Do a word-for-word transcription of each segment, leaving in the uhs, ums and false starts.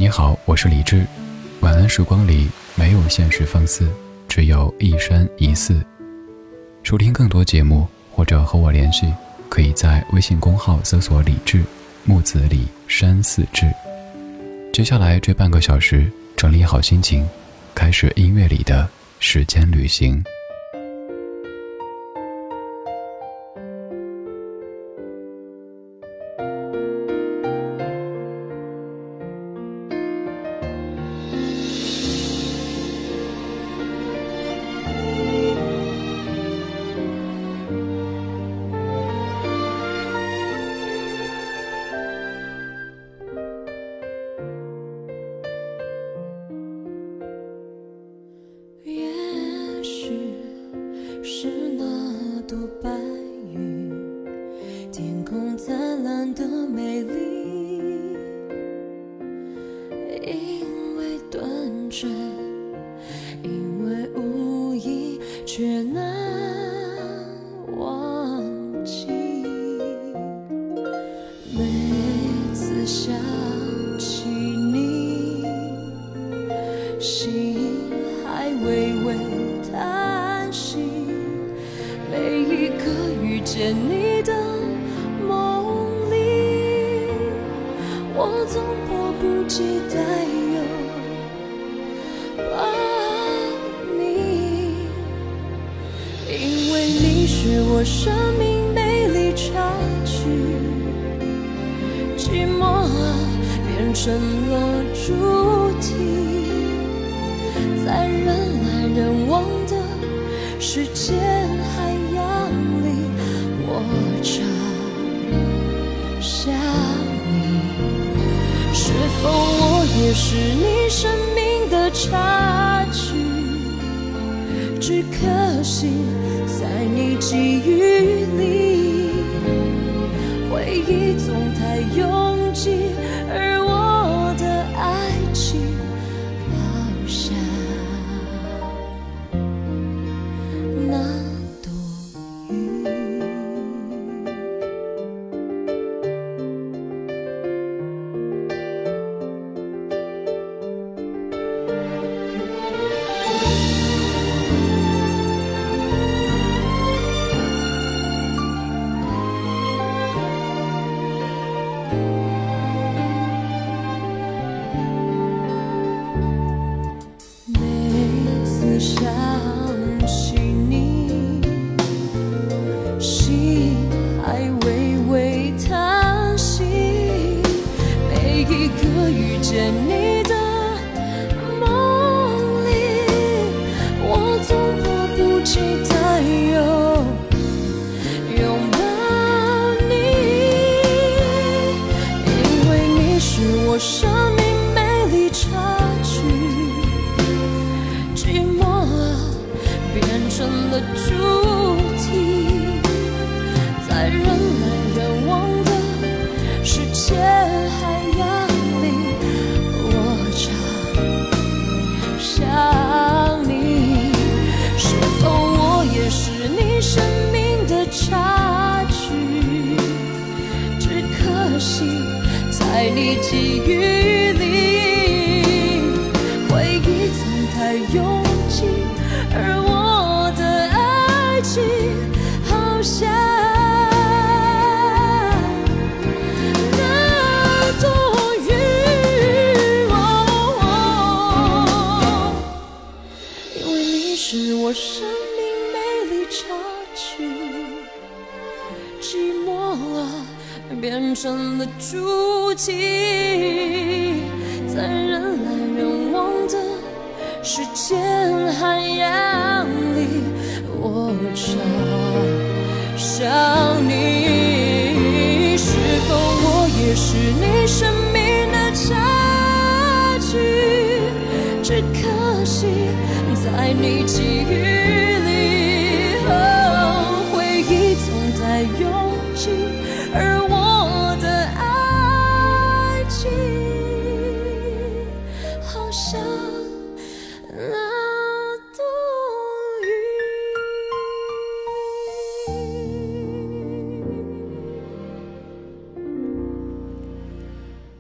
你好，我是李志。晚安时光里没有现实放肆，只有一山一寺。收听更多节目或者和我联系，可以在微信公号搜索李志，木子李山寺志。接下来这半个小时，整理好心情，开始音乐里的时间旅行。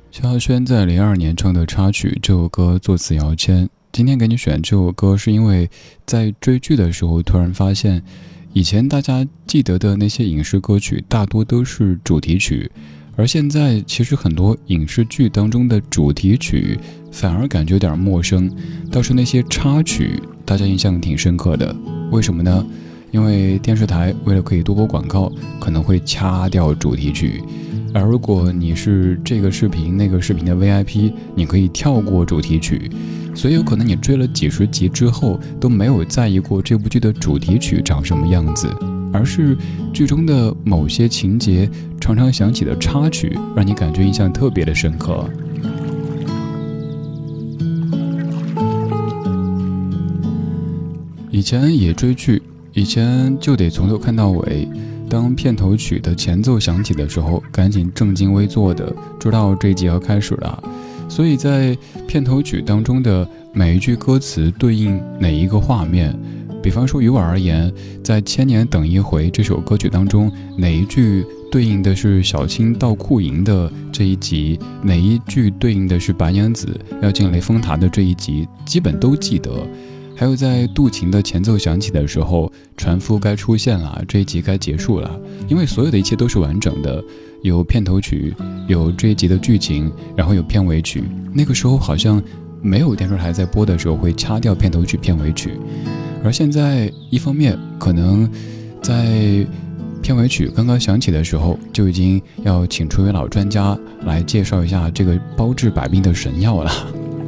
萧亚轩在零二年唱的插曲，这首歌作词姚谦。今天给你选这首歌，是因为在追剧的时候突然发现，以前大家记得的那些影视歌曲大多都是主题曲，而现在其实很多影视剧当中的主题曲反而感觉有点陌生，倒是那些插曲大家印象挺深刻的。为什么呢？因为电视台为了可以多播广告，可能会掐掉主题曲，而如果你是这个视频那个视频的 V I P， 你可以跳过主题曲，所以有可能你追了几十集之后都没有在意过这部剧的主题曲长什么样子，而是剧中的某些情节常常响起的插曲让你感觉印象特别的深刻。以前也追剧，以前就得从头看到尾，当片头曲的前奏响起的时候，赶紧正襟危坐的知道这一集要开始了。所以在片头曲当中的每一句歌词对应哪一个画面，比方说于我而言，在《千年等一回》这首歌曲当中，哪一句对应的是小青到库营的这一集，哪一句对应的是白娘子要进雷峰塔的这一集，基本都记得。还有在渡情的前奏响起的时候，船夫该出现了，这一集该结束了，因为所有的一切都是完整的，有片头曲，有这一集的剧情，然后有片尾曲。那个时候好像没有电视台在播的时候会掐掉片头曲片尾曲，而现在一方面可能在片尾曲刚刚响起的时候就已经要请出一位老专家来介绍一下这个包治百病的神药了，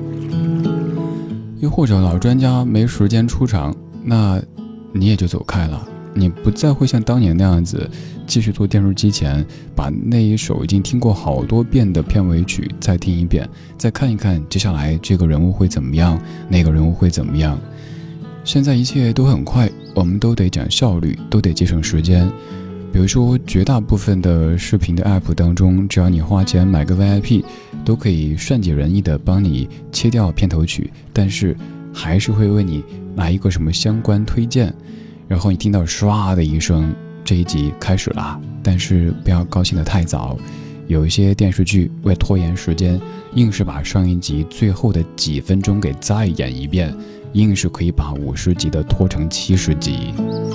又或者老专家没时间出场，那你也就走开了，你不再会像当年那样子继续坐电视机前把那一首已经听过好多遍的片尾曲再听一遍，再看一看接下来这个人物会怎么样，那个人物会怎么样。现在一切都很快，我们都得讲效率，都得节省时间。比如说绝大部分的视频的 app 当中，只要你花钱买个 V I P， 都可以善解人意的帮你切掉片头曲，但是还是会为你拿一个什么相关推荐，然后你听到唰的一声，这一集开始了。但是不要高兴得太早，有一些电视剧为拖延时间，硬是把上一集最后的几分钟给再演一遍，硬是可以把五十集的拖成七十集。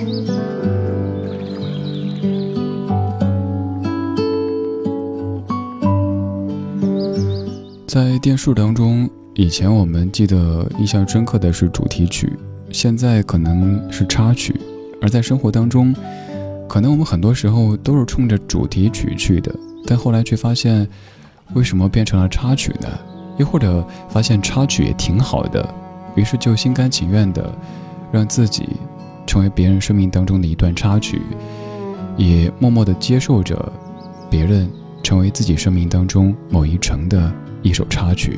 在电视当中，以前我们记得印象深刻的是主题曲，现在可能是插曲。而在生活当中，可能我们很多时候都是冲着主题曲去的，但后来却发现为什么变成了插曲呢？又或者发现插曲也挺好的，于是就心甘情愿的让自己成为别人生命当中的一段插曲，也默默地接受着别人成为自己生命当中某一程的一首插曲。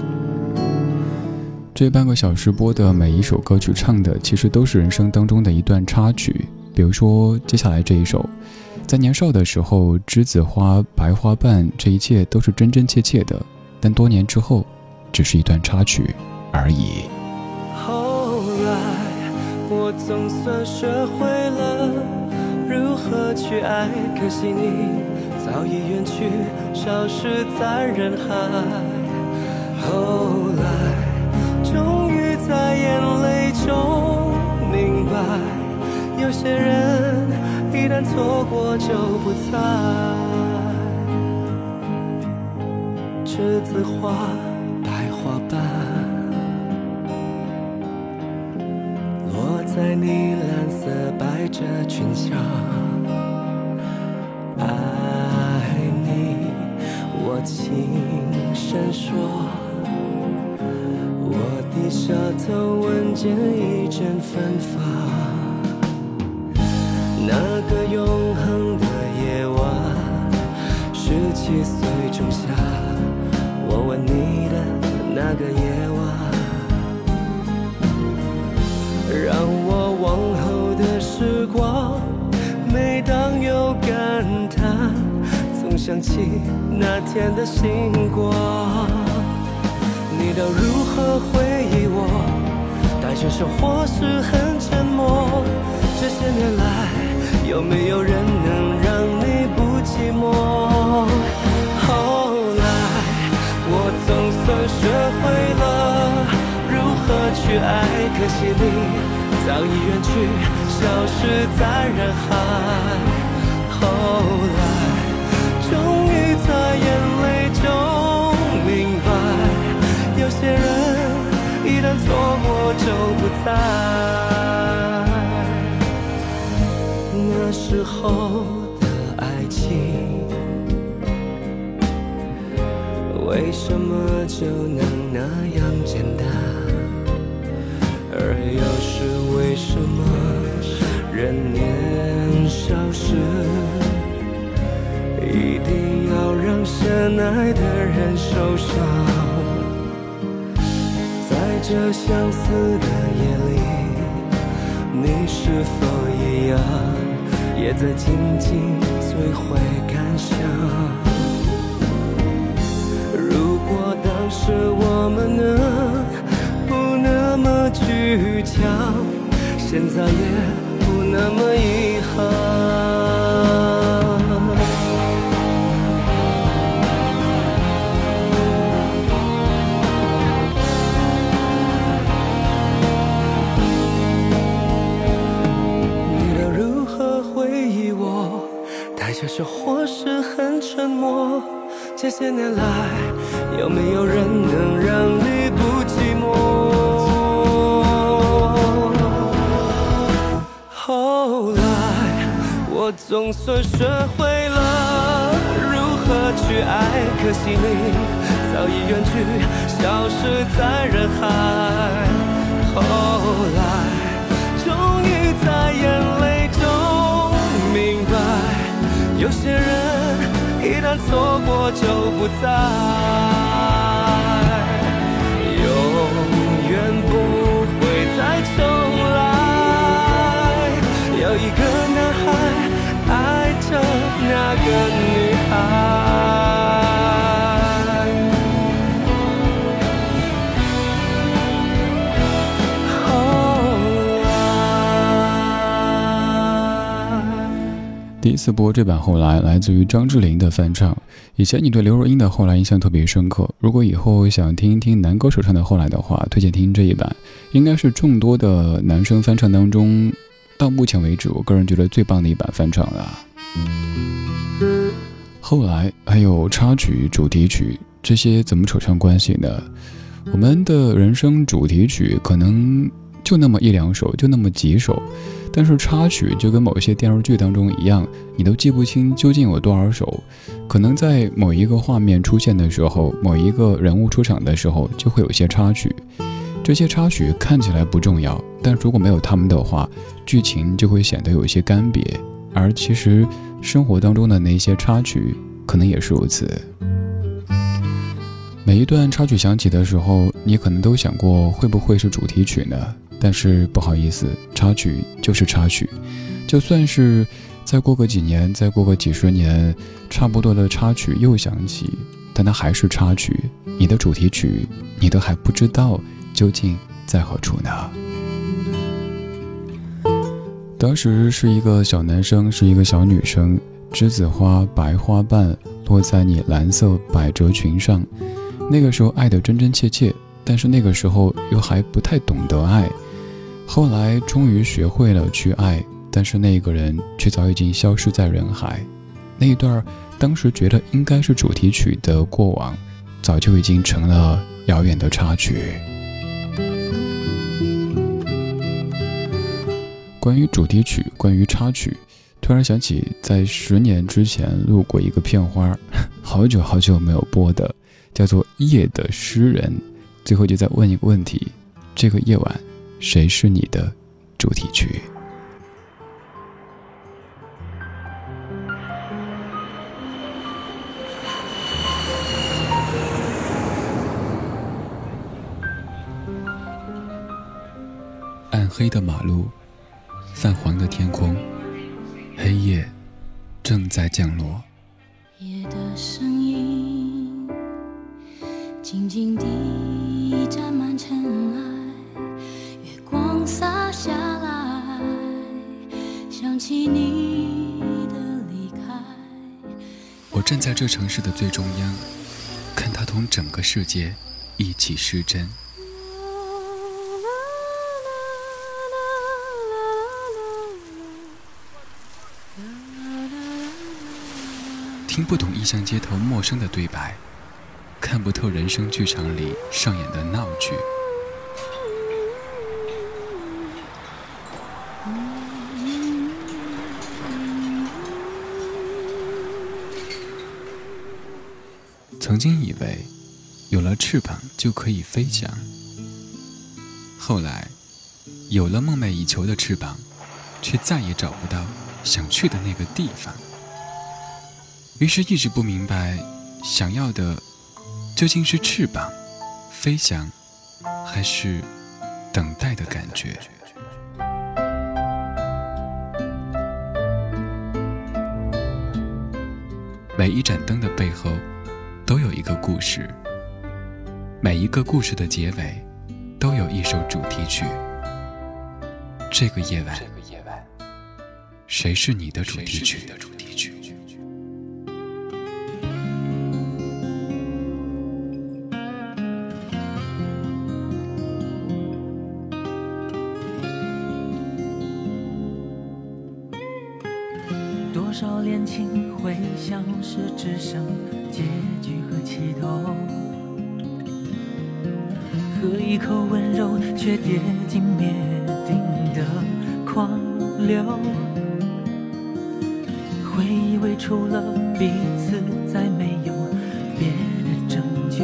这半个小时播的每一首歌曲唱的其实都是人生当中的一段插曲。比如说接下来这一首，在年少的时候，栀子花白花瓣，这一切都是真真切切的，但多年之后只是一段插曲而已。 后来我总算学会了如何去爱，可惜你早已远去，消失在人海。后来终于在眼泪中明白，有些人一旦错过就不在。栀子花白花瓣落在你蓝色百褶裙下，爱你我轻声说，我低下头闻见一阵芬芳。那个永恒的夜晚，十七岁仲夏，我吻你的那个夜晚，让我往后的时光，每当有感叹，总想起那天的星光。你都如何回忆我？带着生活是很沉默。这些年来，有没有人能让你不寂寞？后来惜你早已远去，消失在人海。后来终于在眼泪中明白，有些人一旦错过就不在。那时候的爱情为什么就能那样简单？而又是为什么人年少时一定要让深爱的人受伤？在这相似的夜里，你是否一样也在静静追悔感伤？如果当时我们能不那么倔强，现在也不那么遗憾。你都如何回忆我？带着是或是很沉默？这些年来，有没有人能让你不寂寞？后来，我总算学会了如何去爱，可惜你早已远去，消失在人海。后来，终于在眼泪中明白，有些人一旦错过就不再，永远不会再重来。有一个男孩爱着那个女孩， 第一次播这版后来来自于张智霖的翻唱。以前你对刘若英的后来印象特别深刻，如果以后想听一听男歌手唱的后来的话，推荐听这一版，应该是众多的男生翻唱当中到目前为止我个人觉得最棒的一版翻唱了。后来还有插曲、主题曲，这些怎么扯上关系呢？我们的人生主题曲可能就那么一两首，就那么几首，但是插曲就跟某一些电视剧当中一样，你都记不清究竟有多少首。可能在某一个画面出现的时候，某一个人物出场的时候，就会有些插曲。这些插曲看起来不重要，但如果没有他们的话，剧情就会显得有些干瘪。而其实生活当中的那些插曲可能也是如此。每一段插曲响起的时候，你可能都想过会不会是主题曲呢？但是不好意思，插曲就是插曲，就算是再过个几年，再过个几十年，差不多的插曲又响起，但它还是插曲，你的主题曲你都还不知道究竟在何处呢？当时是一个小男生，是一个小女生，栀子花白花瓣落在你蓝色百褶裙上，那个时候爱得真真切切，但是那个时候又还不太懂得爱。后来终于学会了去爱，但是那个人却早已经消失在人海。那一段当时觉得应该是主题曲的过往，早就已经成了遥远的插曲。关于主题曲，关于插曲，突然想起在十年之前录过一个片花，好久好久没有播的，叫做《夜的诗人》。最后就再问一个问题，这个夜晚谁是你的主题曲？暗黑的马路，泛黄的天空，黑夜正在降落。 夜的声音静静地沾满尘埃，月光洒下来，想起你的离开。 我站在这城市的最中央，看它同整个世界一起失真。 听不懂异乡街头陌生的对白，看不透人生剧场里上演的闹剧。曾经以为有了翅膀就可以飞翔，后来有了梦寐以求的翅膀，却再也找不到想去的那个地方。于是一直不明白，想要的究竟是翅膀飞翔，还是等待的感觉。每一盏灯的背后都有一个故事，每一个故事的结尾都有一首主题曲。这个夜晚，谁是你的主题曲？ 多少恋情会像是只剩结局和起头，喝一口温柔却跌进灭顶的狂流，会以为除了彼此再没有别的拯救，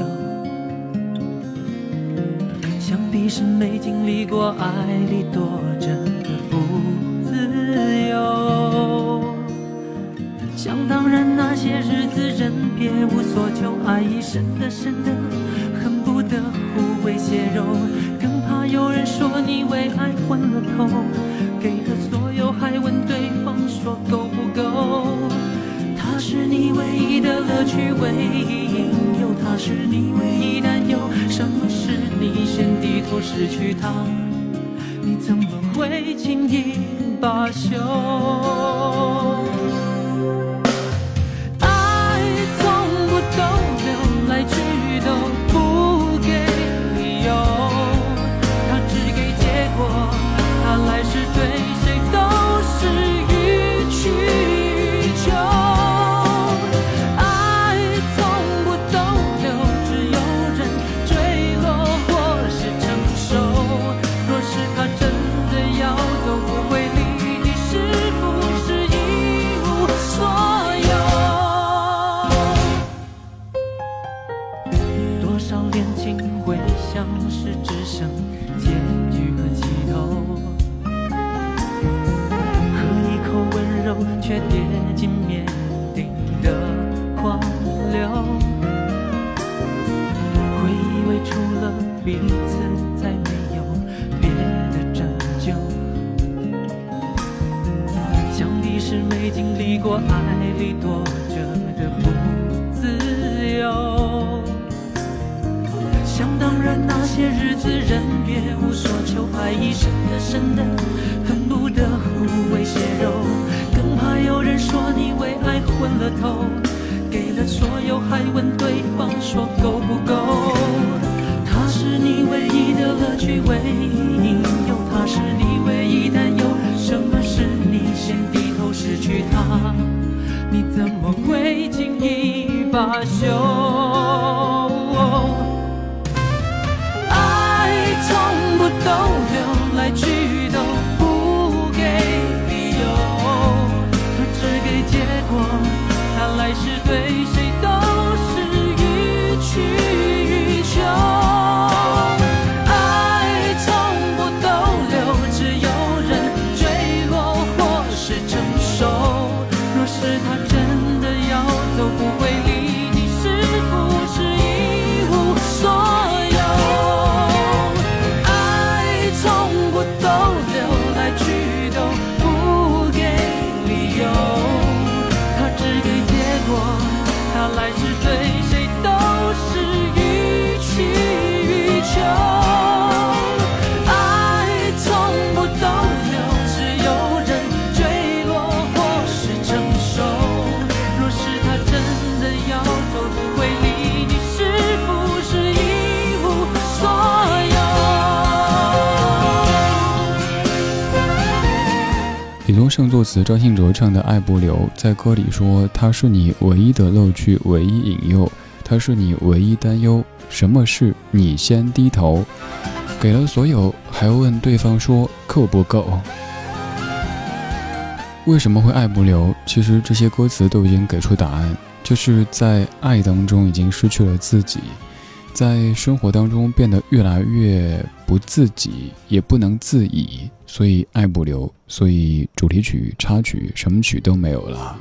想必是没经历过爱里躲着的不自由。想当然那些日子人别无所求，爱已深的深的恨不得互为血肉，更怕有人说你为爱昏了头，给了所有还问对方说够不够。他是你唯一的乐趣，唯一引诱，他是你唯一担忧，什么是你先低头失去他，你怎么会轻易罢休？来去都不给理由，他只给结果，他来时对谁都是予取予求。爱从不逗留，只有人坠落或是承受。若是他真的要走，不会理你是不是一无所有。多少恋情会像是只剩结局和起头，喝一口温柔却跌进灭顶的狂流，会以为除了彼此再没有别的拯救，想必是没经历过爱里躲着的不自由。想当然那些日子人别无所求，爱已深的深的恨不得互为血肉，更怕有人说你为爱昏了头，给了所有还问对方说够不够。他是你唯一的乐趣，唯一引诱，他是你唯一担忧，什么是你先低头失去他，你怎么会轻易罢休？从不逗留，来去都不给理由，他只给结果，他来时对谁都是予取予求。爱从不逗留，只有人坠落或是承受。若是他真的要走，不会理你是不是一无所有。从不逗宗盛作词，张信哲唱的《爱不留》，在歌里说它是你唯一的乐趣，唯一引诱，它是你唯一担忧，什么事你先低头，给了所有，还问对方说够不够。为什么会爱不留？其实这些歌词都已经给出答案，就是在爱当中已经失去了自己，在生活当中变得越来越不自己，也不能自已，所以爱不留，所以主题曲、插曲什么曲都没有了。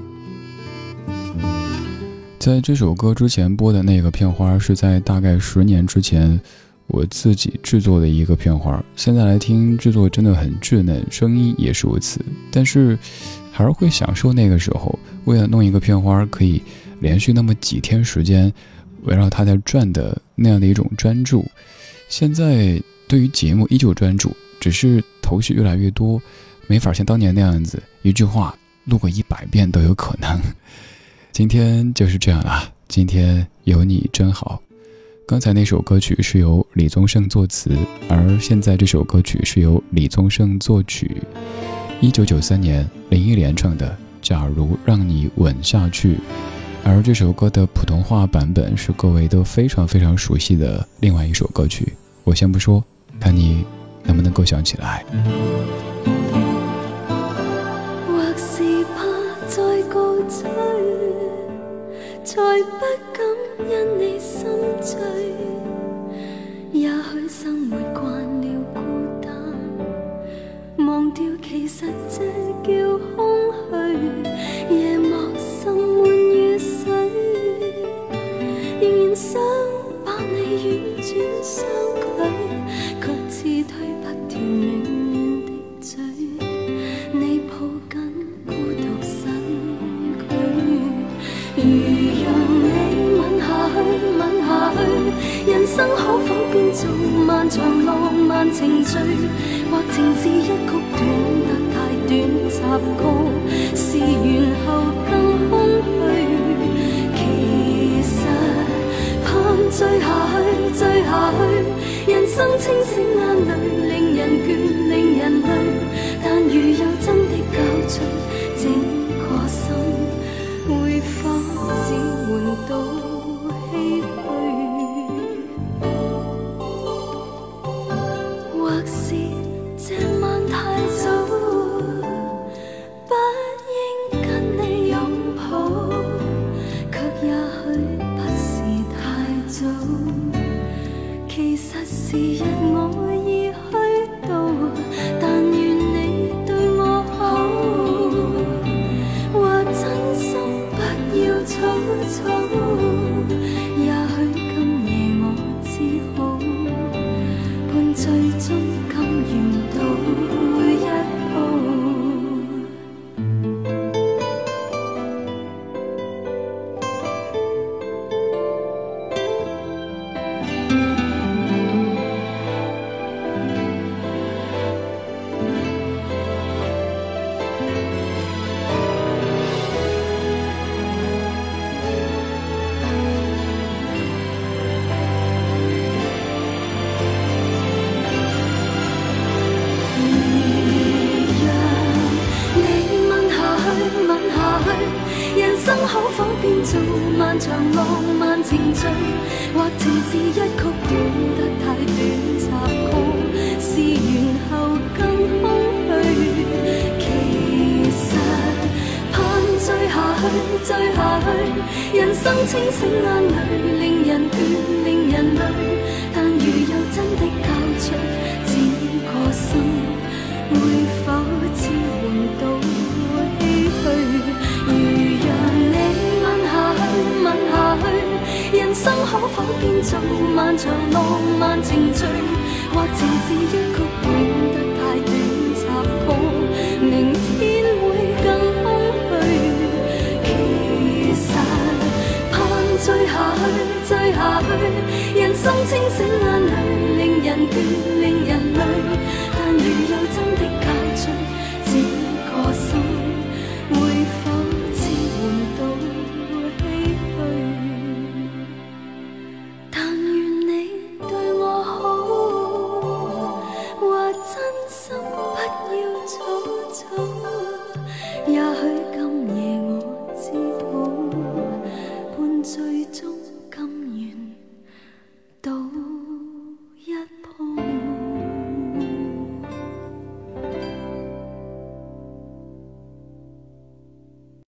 在这首歌之前播的那个片花是在大概十年之前我自己制作的一个片花，现在来听制作真的很稚嫩，声音也是如此，但是还是会享受那个时候为了弄一个片花可以连续那么几天时间围绕它在转的那样的一种专注。现在对于节目依旧专注，只是头绪越来越多，没法像当年那样子一句话录个一百遍都有可能。今天就是这样啦，今天有你真好。刚才那首歌曲是由李宗盛作词，而现在这首歌曲是由李宗盛作曲。一九九三年林忆莲唱的《假如让你吻下去》，而这首歌的普通话版本是各位都非常非常熟悉的另外一首歌曲。我先不说，看你能不能够想起来。 或是怕再告吹，才不敢因你心醉，也许生活惯了孤單，忘掉其實這叫空虛，夜幕滲滿雨水，仍然想把你婉轉相距，卻似推不掉暖暖的嘴，你抱緊孤獨身軀，如讓你吻下去吻下去，人生可否變做漫長浪漫程序，或情是一曲短得太短插曲，是完後更空虛，其實盼醉下去醉下去，人生清醒眼淚令人倦令人累，但如有真的交出整個心，會否只換到唏噓，或是這晚太早，不應跟你擁抱，卻也許不是太早，其實是日我已虛度，但願你對我好，或真心不要草草，也許今夜我只好伴醉中甘願賭一鋪。可否變做漫長浪漫程序，或情是一曲短得太短插曲，是完後更空虛，其實盼醉下去醉下去，人生清醒眼淚令人倦令人累，但如有真的交出整個心，會否只換到唏噓，如讓你吻下去吻下去，人生可否變做漫長浪漫程序，或情是一曲短得太短插曲，明天會更空虛，其實盼醉下去醉下去，人生清醒眼淚令人倦令人累，但如有真的交出整個心，會否只換到唏噓，但願你對我好，或真心不要草草。